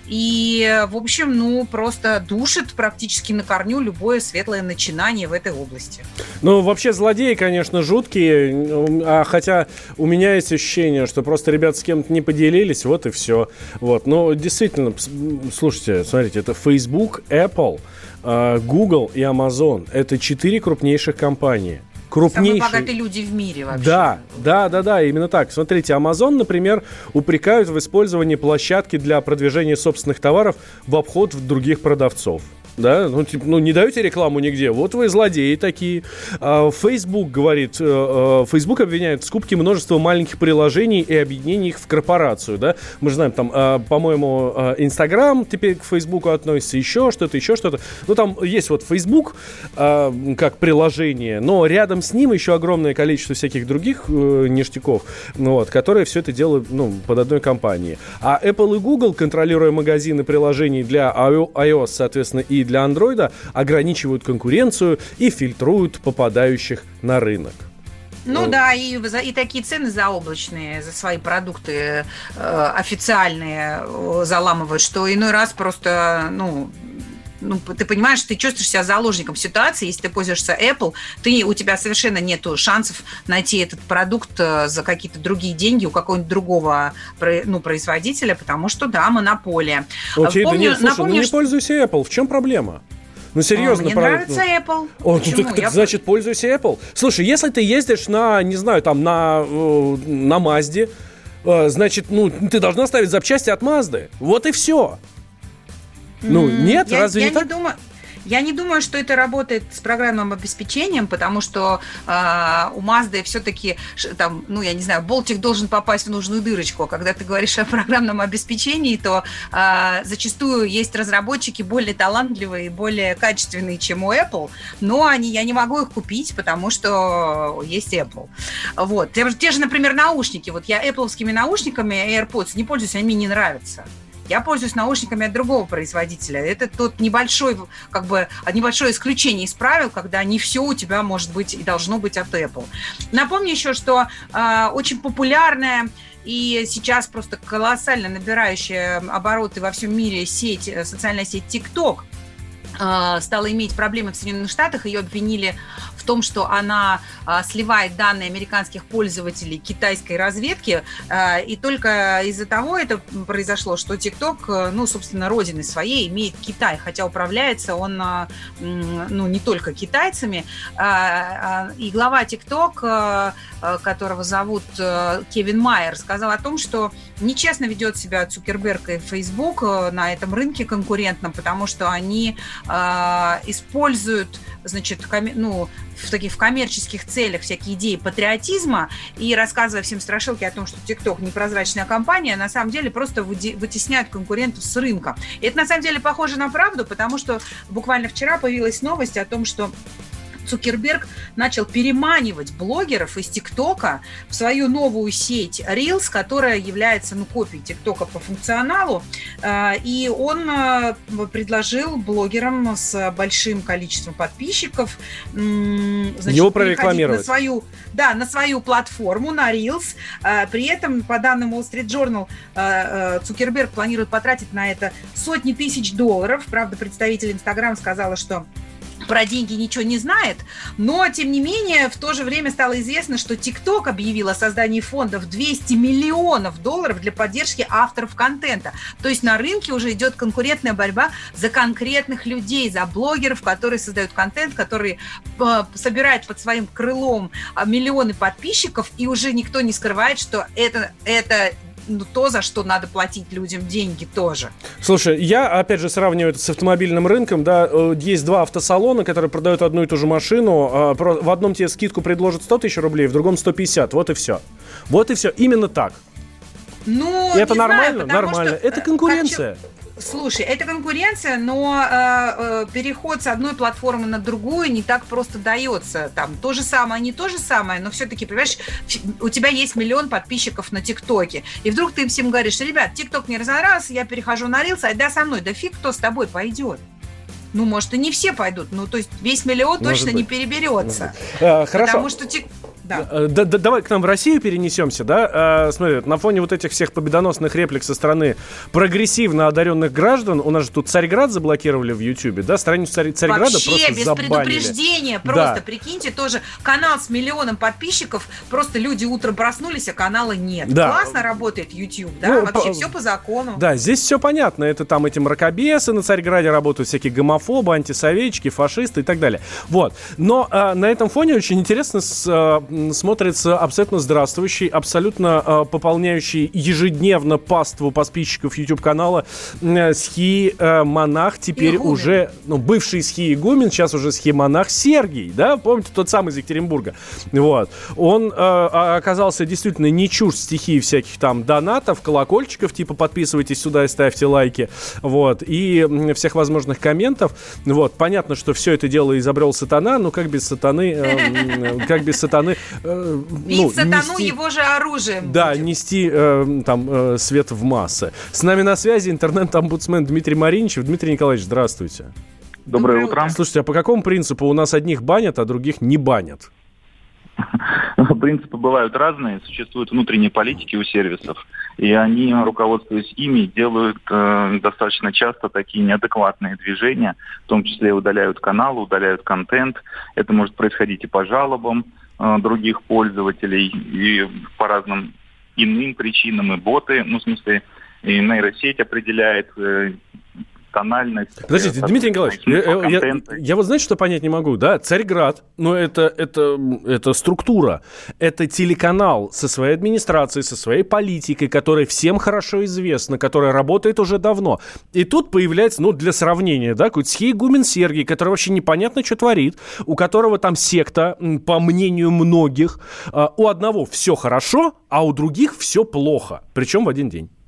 и, в общем, ну, просто душат практически на корню любое светлое начинание в этой области. Ну, вообще, злодеи, конечно, жуткие, а хотя у меня есть ощущение, что просто ребята с кем-то не поделились, вот и все. Вот. Но действительно, слушайте, смотрите, это Facebook, Apple, Google и Amazon. Это четыре крупнейших компании. Крупнейшие... Самые богатые люди в мире вообще. Да, да, да, да, именно так. Смотрите, Amazon, например, упрекают в использовании площадки для продвижения собственных товаров в обход других продавцов. Да, ну, типа, ну, не даете рекламу нигде, вот вы злодеи такие. А, Facebook говорит, а, Facebook обвиняет в скупке множество маленьких приложений и объединении их в корпорацию, да. Мы же знаем, там, а, по-моему, а, Instagram теперь к Facebook относится, еще что-то, еще что-то. Ну, там есть вот Facebook а, как приложение, но рядом с ним еще огромное количество всяких других э, ништяков, ну, вот, которые все это делают, ну, под одной компанией. А Apple и Google, контролируя магазины приложений для iOS, соответственно, и для Android, ограничивают конкуренцию и фильтруют попадающих на рынок. Ну вот. Да, и, и такие цены заоблачные за свои продукты э, официальные э, заламывают, что иной раз просто, ну... Ну, ты понимаешь, ты чувствуешь себя заложником ситуации, если ты пользуешься Apple, ты, у тебя совершенно нету шансов найти этот продукт за какие-то другие деньги у какого-нибудь другого, ну, производителя, потому что, да, монополия. Окей, Помню, да нет, слушай, напомню, ну не что... пользуйся Apple, в чем проблема? Ну, серьезно. Мне про... нравится ну... Apple. О, ну, так, так, Я... значит, пользуйся Apple. Слушай, если ты ездишь на, не знаю, там, на, на Mazda, значит, ну, ты должна ставить запчасти от Mazda. Вот и все. Ну, нет, я, разве я не так? Не думаю, я не думаю, что это работает с программным обеспечением, потому что э, у Mazda все-таки, там, ну, я не знаю, болтик должен попасть в нужную дырочку. А когда ты говоришь о программном обеспечении, то э, зачастую есть разработчики более талантливые и более качественные, чем у Apple, но они, я не могу их купить, потому что есть Apple. Вот. Те, те же, например, наушники. Вот я Apple'овскими наушниками AirPods не пользуюсь, они мне не нравятся. Я пользуюсь наушниками от другого производителя. Это тот небольшой, как бы, небольшое исключение из правил, когда не все у тебя может быть и должно быть от Apple. Напомню еще, что э, очень популярная и сейчас просто колоссально набирающая обороты во всем мире сеть, социальная сеть TikTok э, стала иметь проблемы в Соединенных Штатах. Ее обвинили в том, что она а, сливает данные американских пользователей китайской разведки, а, и только из-за того это произошло, что TikTok, ну, собственно, родиной своей имеет Китай, хотя управляется он, а, ну, не только китайцами. А, а, и глава TikTok, а, которого зовут а, Кевин Майер, сказал о том, что нечестно ведет себя Цукерберг и Facebook на этом рынке конкурентном, потому что они а, используют, значит, коми- ну, в таких в коммерческих целях всякие идеи патриотизма и рассказывая всем страшилки о том, что TikTok непрозрачная компания, на самом деле просто вытесняют конкурентов с рынка. И это на самом деле похоже на правду, потому что буквально вчера появилась новость о том, что Цукерберг начал переманивать блогеров из ТикТока в свою новую сеть Reels, которая является, ну, копией ТикТока по функционалу. И он предложил блогерам с большим количеством подписчиков, значит, его прорекламировать на свою, да, на свою платформу, на Reels. При этом, по данным Wall Street Journal, Цукерберг планирует потратить на это сотни тысяч долларов. Правда, представитель Instagram сказала, что про деньги ничего не знает, но, тем не менее, в то же время стало известно, что TikTok объявил о создании фонда в двести миллионов долларов для поддержки авторов контента. То есть на рынке уже идет конкурентная борьба за конкретных людей, за блогеров, которые создают контент, которые э, собирают под своим крылом миллионы подписчиков, и уже никто не скрывает, что это... это ну, то, за что надо платить людям деньги тоже. Слушай, я, опять же, сравниваю это с автомобильным рынком, да, есть два автосалона, которые продают одну и ту же машину, в одном тебе скидку предложат сто тысяч рублей, в другом сто пятьдесят, вот и все. Вот и все, именно так. Ну, и это не нормально? знаю, нормально. Что, это конкуренция. Хочу... Слушай, это конкуренция, но э, э, переход с одной платформы на другую не так просто дается. Там то же самое, не то же самое, но все-таки, понимаешь, у тебя есть миллион подписчиков на ТикТоке, и вдруг ты им всем говоришь: ребят, ТикТок не разорался, я перехожу на Рилс, айда со мной. Да фиг кто с тобой пойдет. Ну, может, и не все пойдут, ну, то есть весь миллион может точно быть. Не переберется. А, хорошо. Потому что тик... Да. Да, да, давай к нам в Россию перенесемся, да? А, смотри, на фоне вот этих всех победоносных реплик со стороны прогрессивно одаренных граждан, у нас же тут Царьград заблокировали в Ютьюбе, да? Страницу Царь, Царьграда вообще, просто без забанили. предупреждения, просто, да. Прикиньте, тоже канал с миллионом подписчиков, просто люди утром проснулись, а канала нет. Да. Классно работает YouTube, да? Ну, вообще по... все по закону. Да, здесь все понятно, это там эти мракобесы на Царьграде работают, всякие гомофобы, антисоветчики, фашисты и так далее. Вот, но а, на этом фоне очень интересно с, а, смотрится абсолютно здравствующий, абсолютно э, пополняющий ежедневно паству подписчиков YouTube-канала э, схи-монах, теперь игумен. Уже, ну, бывший схи-игумен, сейчас уже схи-монах Сергий, да, помните, тот самый из Екатеринбурга, вот, он э, оказался действительно не чужд стихии всяких там донатов, колокольчиков, типа подписывайтесь сюда и ставьте лайки, вот, и всех возможных комментов, вот, понятно, что все это дело изобрел сатана, но как без сатаны, э, как без сатаны, э, Бить ну, сатану нести, его же оружием. Да, будет. нести э, там э, свет в массы. С нами на связи интернет-омбудсмен Дмитрий Мариничев. Дмитрий Николаевич, здравствуйте. Доброе, Доброе утро. Слушайте, а по какому принципу у нас одних банят, а других не банят? Принципы бывают разные. Существуют внутренние политики у сервисов, и они, руководствуясь ими, делают э, достаточно часто такие неадекватные движения, в том числе удаляют каналы, удаляют контент. Это может происходить и по жалобам э, других пользователей, и по разным иным причинам, и боты, ну, в смысле, и нейросеть определяет э, тональность. Подождите, Дмитрий Николаевич, я, я, я вот знаете, что понять не могу, да? Царьград, ну это, это, это структура, это телеканал со своей администрацией, со своей политикой, которая всем хорошо известна, которая работает уже давно. И тут появляется, ну для сравнения, да, какой-то схи-игумен Сергий, который вообще непонятно, что творит, у которого там секта, по мнению многих, у одного все хорошо, а у других все плохо, причем в один день.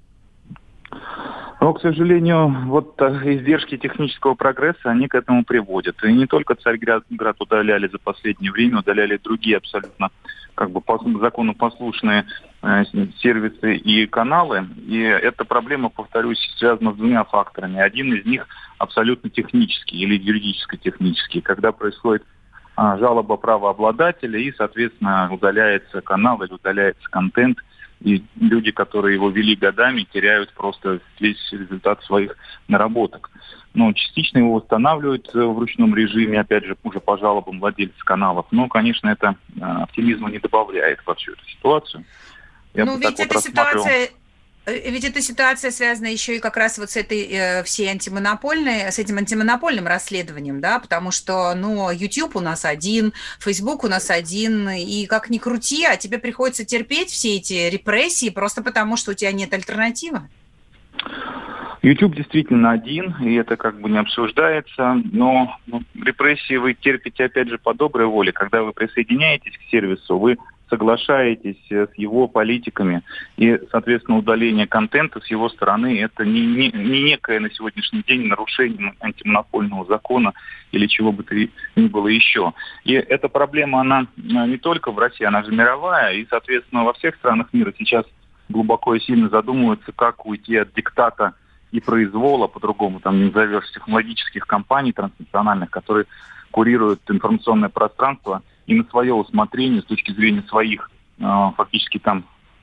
Но, к сожалению, вот издержки технического прогресса, они к этому приводят. И не только Царьград удаляли за последнее время, удаляли другие абсолютно как бы по закону послушные э, сервисы и каналы. И эта проблема, повторюсь, связана с двумя факторами. Один из них абсолютно технический или юридическо-технический, когда происходит а, жалоба правообладателя и, соответственно, удаляется канал или удаляется контент. И люди, которые его вели годами, теряют просто весь результат своих наработок. Но частично его восстанавливают в ручном режиме, опять же, уже по жалобам владельцев каналов. Но, конечно, это оптимизма не добавляет во всю эту ситуацию. Я ну, ведь вот эта ситуация... Ведь эта ситуация связана еще и как раз вот с этой э, всей антимонопольной, с этим антимонопольным расследованием, да, потому что, ну, YouTube у нас один, Facebook у нас один, и как ни крути, а тебе приходится терпеть все эти репрессии просто потому, что у тебя нет альтернативы. YouTube действительно один, и это как бы не обсуждается, но ну, репрессии вы терпите, опять же, по доброй воле. Когда вы присоединяетесь к сервису, вы соглашаетесь с его политиками, и, соответственно, удаление контента с его стороны – это не, не, не некое на сегодняшний день нарушение антимонопольного закона или чего бы то ни было еще. И эта проблема, она не только в России, она же мировая, и, соответственно, во всех странах мира сейчас глубоко и сильно задумываются, как уйти от диктата и произвола, по-другому там не назовешь, технологических компаний транснациональных, которые курируют информационное пространство и на свое усмотрение с точки зрения своих э, фактически там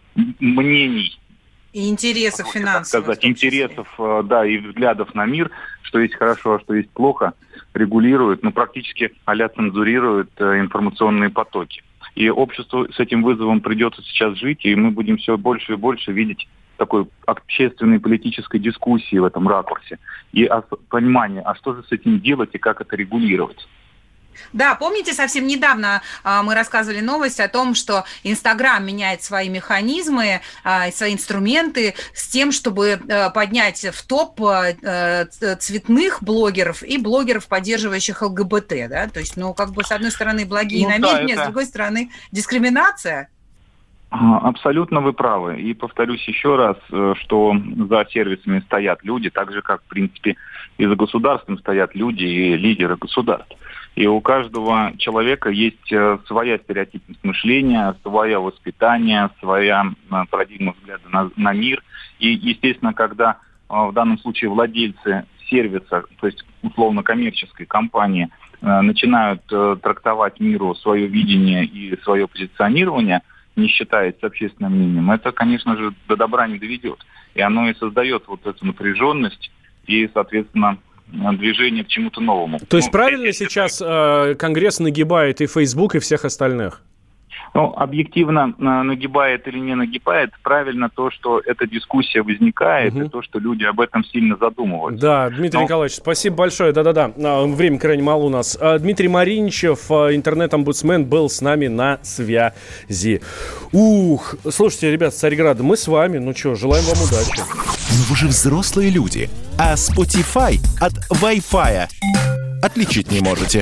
мнений. И интересов финансовых. Сказать, интересов, э, да, и взглядов на мир, что есть хорошо, а что есть плохо, регулируют, но практически а-ля цензурируют э, информационные потоки. И обществу с этим вызовом придется сейчас жить, и мы будем все больше и больше видеть такой общественной политической дискуссии в этом ракурсе. И понимание, а что же с этим делать и как это регулировать. Да, помните, совсем недавно а, мы рассказывали новость о том, что Инстаграм меняет свои механизмы, а, свои инструменты с тем, чтобы а, поднять в топ а, цветных блогеров и блогеров, поддерживающих ЛГБТ, да? То есть, ну, как бы, с одной стороны, благие ну, намерения, да, это... с другой стороны, дискриминация. Абсолютно вы правы. И повторюсь еще раз, что за сервисами стоят люди, так же, как, в принципе, и за государством стоят люди и лидеры государств. И у каждого человека есть своя стереотипность мышления, свое воспитание, своя парадигма взгляда на, на мир. И, естественно, когда в данном случае владельцы сервиса, то есть условно коммерческой компании, начинают трактовать миру свое видение и свое позиционирование, не считаясь с общественным мнением, это, конечно же, до добра не доведет. И оно и создает вот эту напряженность и, соответственно, движение к чему-то новому. То есть ну, правильно сейчас э, Конгресс нагибает и Facebook, и всех остальных? Ну, объективно, нагибает или не нагибает, правильно то, что эта дискуссия возникает, угу. и то, что люди об этом сильно задумываются. Да, Дмитрий Но... Николаевич, спасибо большое. Да-да-да, время крайне мало у нас. Дмитрий Мариничев, интернет-омбудсмен, был с нами на связи. Ух, слушайте, ребят, с Царьграда, мы с вами. Ну что, желаем вам удачи. Но вы же взрослые люди, а Spotify от Wi-Fi отличить не можете.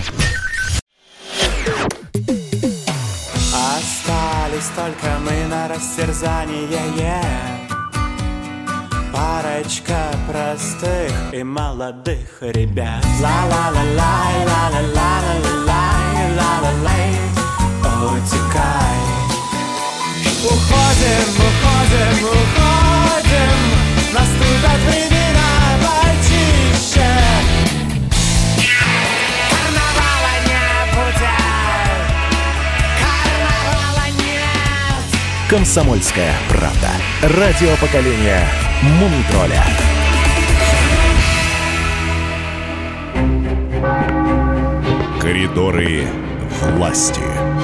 Остались только мы на растерзание, yeah. Парочка простых и молодых ребят. Ла-ла-ла-лай, ла-ла-ла-ла-лай, ла-ла-лай, утекай. Уходим, уходим, уходим, наступят времена почище. Карнавала не будет. «Комсомольская правда». Радио поколения Мумий-тролля. Коридоры власти.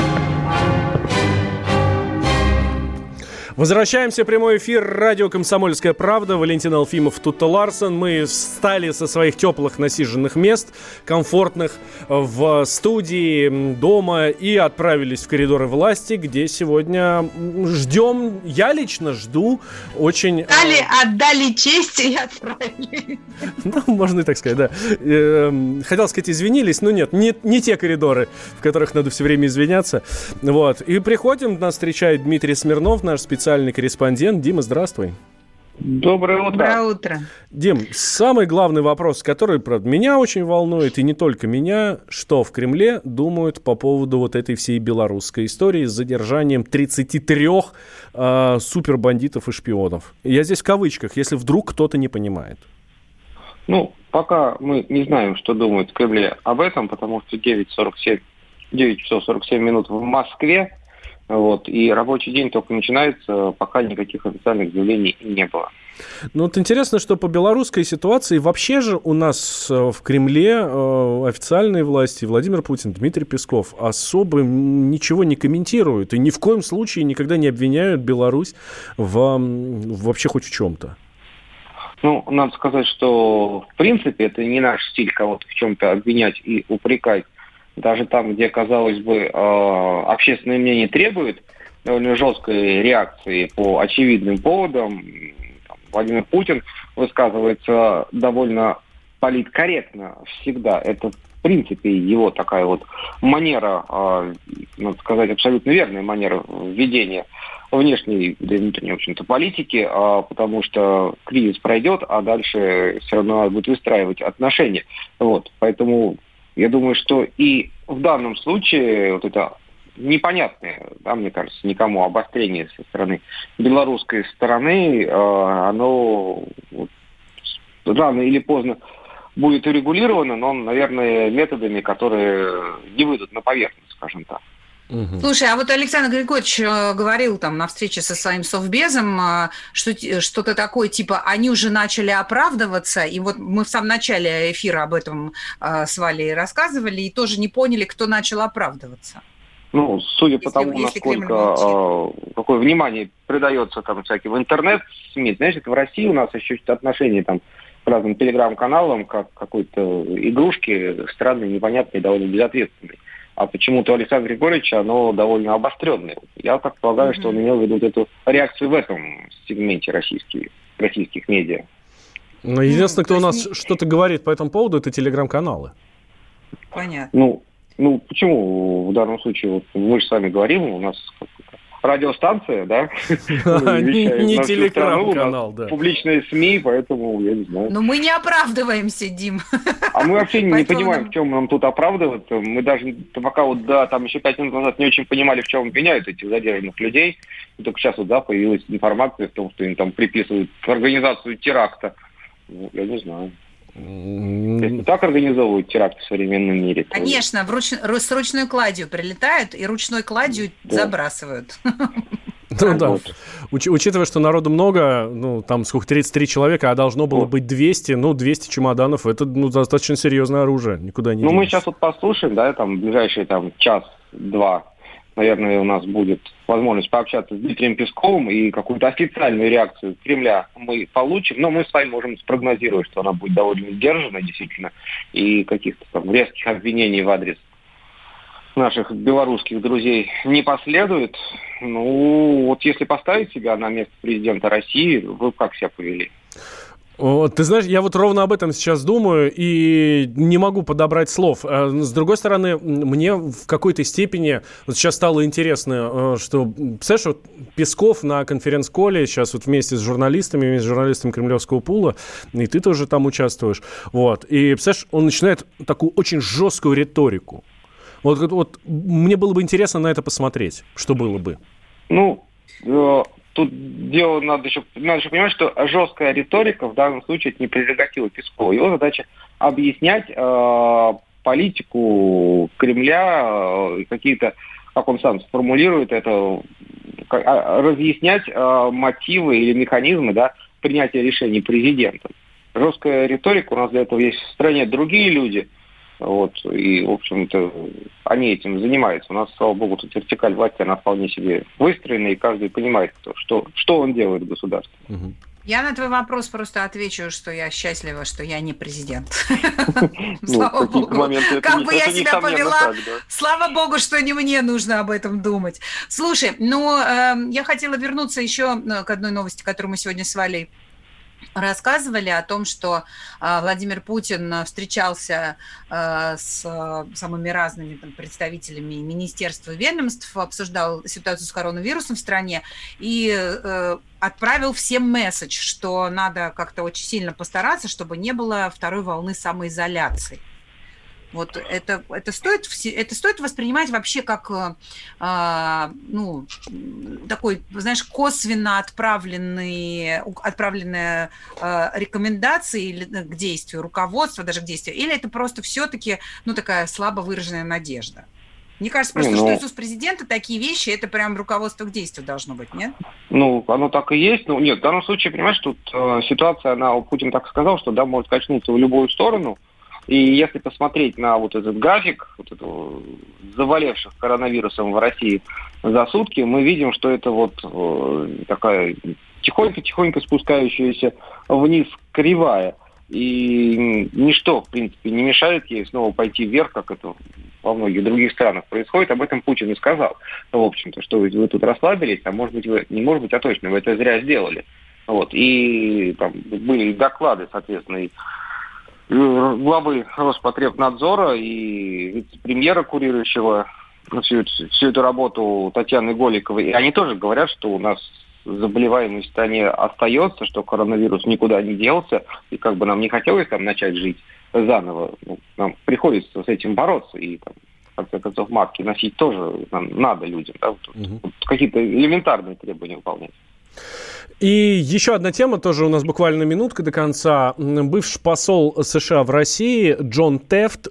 Возвращаемся в прямой эфир. Радио «Комсомольская правда». Валентин Алфимов, Тутта Ларсон. Мы встали со своих теплых насиженных мест, комфортных, в студии, дома и отправились в коридоры власти, где сегодня ждем, я лично жду очень... Отдали, отдали честь и отправили. Ну, можно и так сказать, да. Хотел сказать, извинились, но нет, не, не те коридоры, в которых надо все время извиняться. Вот. И приходим, нас встречает Дмитрий Смирнов, наш специальный корреспондент. Дима, здравствуй. Доброе утро. Доброе утро. Дим, самый главный вопрос, который, правда, меня очень волнует, и не только меня, что в Кремле думают по поводу вот этой всей белорусской истории с задержанием тридцати трёх э, супербандитов и шпионов. Я здесь в кавычках, если вдруг кто-то не понимает. Ну, пока мы не знаем, что думают в Кремле об этом, потому что девять сорок семь, девять часов сорок семь минут в Москве. Вот, и рабочий день только начинается, пока никаких официальных заявлений не было. Ну вот интересно, что по белорусской ситуации вообще же у нас в Кремле э, официальные власти, Владимир Путин, Дмитрий Песков особо ничего не комментируют и ни в коем случае никогда не обвиняют Беларусь в, в вообще хоть в чем-то. Ну, надо сказать, что в принципе это не наш стиль кого-то в чем-то обвинять и упрекать. Даже там, где, казалось бы, общественное мнение требует довольно жесткой реакции по очевидным поводам, Владимир Путин высказывается довольно политкорректно всегда. Это, в принципе, его такая вот манера, надо сказать, абсолютно верная манера ведения внешней, да и внутренней, в общем-то, политики, потому что кризис пройдет, а дальше все равно надо будет выстраивать отношения. Вот, поэтому... Я думаю, что и в данном случае вот это непонятное, да, мне кажется, никому обострение со стороны белорусской стороны, э, оно вот, рано или поздно будет урегулировано, но, наверное, методами, которые не выйдут на поверхность, скажем так. Угу. Слушай, а вот Александр Григорьевич говорил там на встрече со своим совбезом, что, что-то такое, типа, они уже начали оправдываться, и вот мы в самом начале эфира об этом э, с Валей рассказывали, и тоже не поняли, кто начал оправдываться. Ну, судя по тому, насколько, э, какое внимание придается там всяким интернет-СМИ, знаешь, это в России у нас еще отношения там разным телеграм-каналам, как какой-то игрушки странной, непонятной, довольно безответственной. А почему-то у Александра Григорьевича оно довольно обостренное. Я так полагаю, mm-hmm. что он имел в виду вот эту реакцию в этом сегменте российских, российских медиа. Но единственное, кто у нас не... что-то говорит по этому поводу, это телеграм-каналы. Понятно. Ну, ну, почему в данном случае, вот мы же с вами говорим, у нас радиостанция, да? Не телеграм-канал, да. Публичные СМИ, поэтому я не знаю. Но мы не оправдываемся, Дим. А мы вообще не понимаем, в чем нам тут оправдываться. Мы даже пока вот, да, там еще пять минут назад не очень понимали, в чем обвиняют этих задержанных людей. И только сейчас вот, да, появилась информация в том, что им там приписывают организацию теракта. Ну, я не знаю. Если так организовывают теракты в современном мире. То... Конечно, в руч... с ручной кладью прилетают и ручной кладью да. забрасывают. Ну да. Вот. Уч- учитывая, что народу много, ну там сколько, тридцать три человека, а должно было вот. быть двести, ну двести чемоданов, это ну, достаточно серьезное оружие, никуда не Ну денешься. мы сейчас вот послушаем, да, там ближайший там час-два, наверное, у нас будет возможность пообщаться с Дмитрием Песковым, и какую-то официальную реакцию Кремля мы получим, но мы с вами можем спрогнозировать, что она будет довольно сдержанной, действительно, и каких-то там резких обвинений в адрес наших белорусских друзей не последует. Ну, вот если поставить себя на место президента России, вы как себя повели? Ты знаешь, я вот ровно об этом сейчас думаю и не могу подобрать слов. С другой стороны, мне в какой-то степени вот сейчас стало интересно, что, представляешь, вот Песков на конференц-коле сейчас вот вместе с журналистами, вместе с журналистами Кремлевского пула, и ты тоже там участвуешь, вот, и, представляешь, он начинает такую очень жесткую риторику. Вот, вот, вот мне было бы интересно на это посмотреть, что было бы. Ну, э, тут дело надо еще, надо еще понимать, что жесткая риторика в данном случае это не прерогатива Пескова. Его задача объяснять э, политику Кремля, э, какие-то, как он сам сформулирует это, как, э, разъяснять э, мотивы или механизмы, да, принятия решений президентом. Жесткая риторика, у нас для этого есть в стране другие люди. Вот, и, в общем-то, они этим занимаются. У нас, слава богу, тут вертикаль власти, она вполне себе выстроена, и каждый понимает, кто, что, что он делает в государстве. Угу. Я на твой вопрос просто отвечу, что я счастлива, что я не президент. Слава богу. Как бы я себя повела, слава богу, что не мне нужно об этом думать. Слушай, ну, я хотела вернуться еще к одной новости, которую мы сегодня с Валей рассказывали, о том, что э, Владимир Путин встречался э, с э, самыми разными там, представителями министерств и ведомств, обсуждал ситуацию с коронавирусом в стране и э, отправил всем месседж, что надо как-то очень сильно постараться, чтобы не было второй волны самоизоляции. Вот это, это, стоит, это стоит воспринимать вообще как э, ну, такой, знаешь, косвенно отправленные, отправленные э, рекомендации к действию, руководство даже к действию, или это просто все-таки ну, такая слабо выраженная надежда? Мне кажется, просто, ну, что из уст президента такие вещи, это прям руководство к действию должно быть, нет? Ну, оно так и есть. Ну, нет, в данном случае, понимаешь, тут э, ситуация, она, Путин так сказал, что да, может качнуться в любую сторону. И если посмотреть на вот этот график вот этого, заболевших коронавирусом в России за сутки, мы видим, что это вот э, такая тихонько-тихонько спускающаяся вниз кривая. И ничто, в принципе, не мешает ей снова пойти вверх, как это во многих других странах происходит. Об этом Путин и сказал. В общем-то, что вы, вы тут расслабились, а может быть, вы, не может быть, а точно, вы это зря сделали. Вот. И там были доклады, соответственно, и главы Роспотребнадзора и вице-премьера, курирующего всю эту, всю эту работу Татьяны Голиковой. И они тоже говорят, что у нас заболеваемость в стране остается, что коронавирус никуда не делся, и как бы нам не хотелось там начать жить заново, ну, нам приходится с этим бороться, и там, в конце концов, маски носить тоже нам надо людям, да, вот, угу. вот, какие-то элементарные требования выполнять. И еще одна тема, тоже у нас буквально минутка до конца. Бывший посол США в России Джон Тефт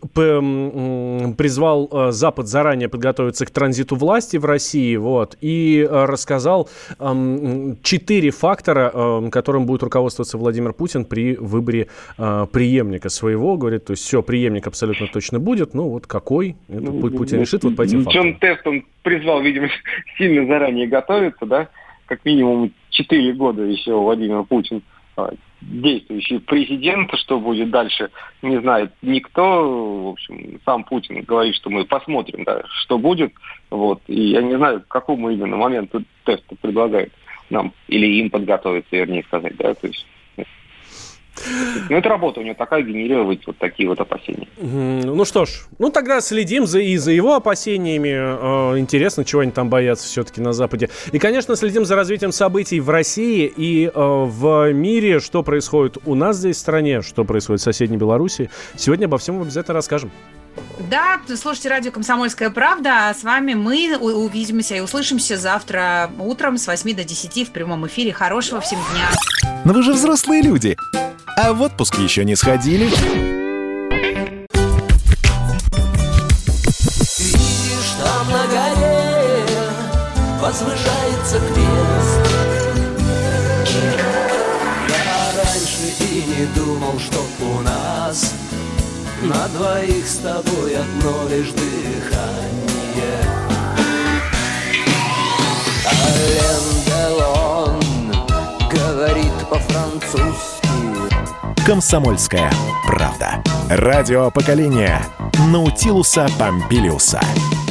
призвал Запад заранее подготовиться к транзиту власти в России, вот, и рассказал четыре фактора, которым будет руководствоваться Владимир Путин при выборе преемника своего. Говорит, то есть все, преемник абсолютно точно будет, ну вот какой, это Путин решит вот по этим факторам. Джон Тефт, он призвал, видимо, сильно заранее готовиться, да? Как минимум четыре года еще Владимир Путин действующий президент, что будет дальше, не знает никто. В общем, сам Путин говорит, что мы посмотрим, да, что будет. Вот. И я не знаю, к какому именно моменту теста предлагают нам, или им подготовиться, вернее сказать, да, то есть... Ну, это работа у него такая, генерировать вот такие вот опасения. Ну что ж, ну тогда следим за, и за его опасениями. Интересно, чего они там боятся все-таки на Западе. И, конечно, следим за развитием событий в России и в мире, что происходит у нас здесь в стране, что происходит в соседней Беларуси. Сегодня обо всем обязательно расскажем. Да, слушайте радио «Комсомольская правда», а с вами мы увидимся и услышимся завтра утром с восьми до десяти в прямом эфире. Хорошего всем дня. Но вы же взрослые люди. А в отпуск еще не сходили? Видишь, там на горе возвышается крест. Я раньше и не думал, что у нас на двоих с тобой одно лишь дыхание. Ален Делон говорит по-французски. «Комсомольская правда». Радио поколения Наутилуса Помпилиуса.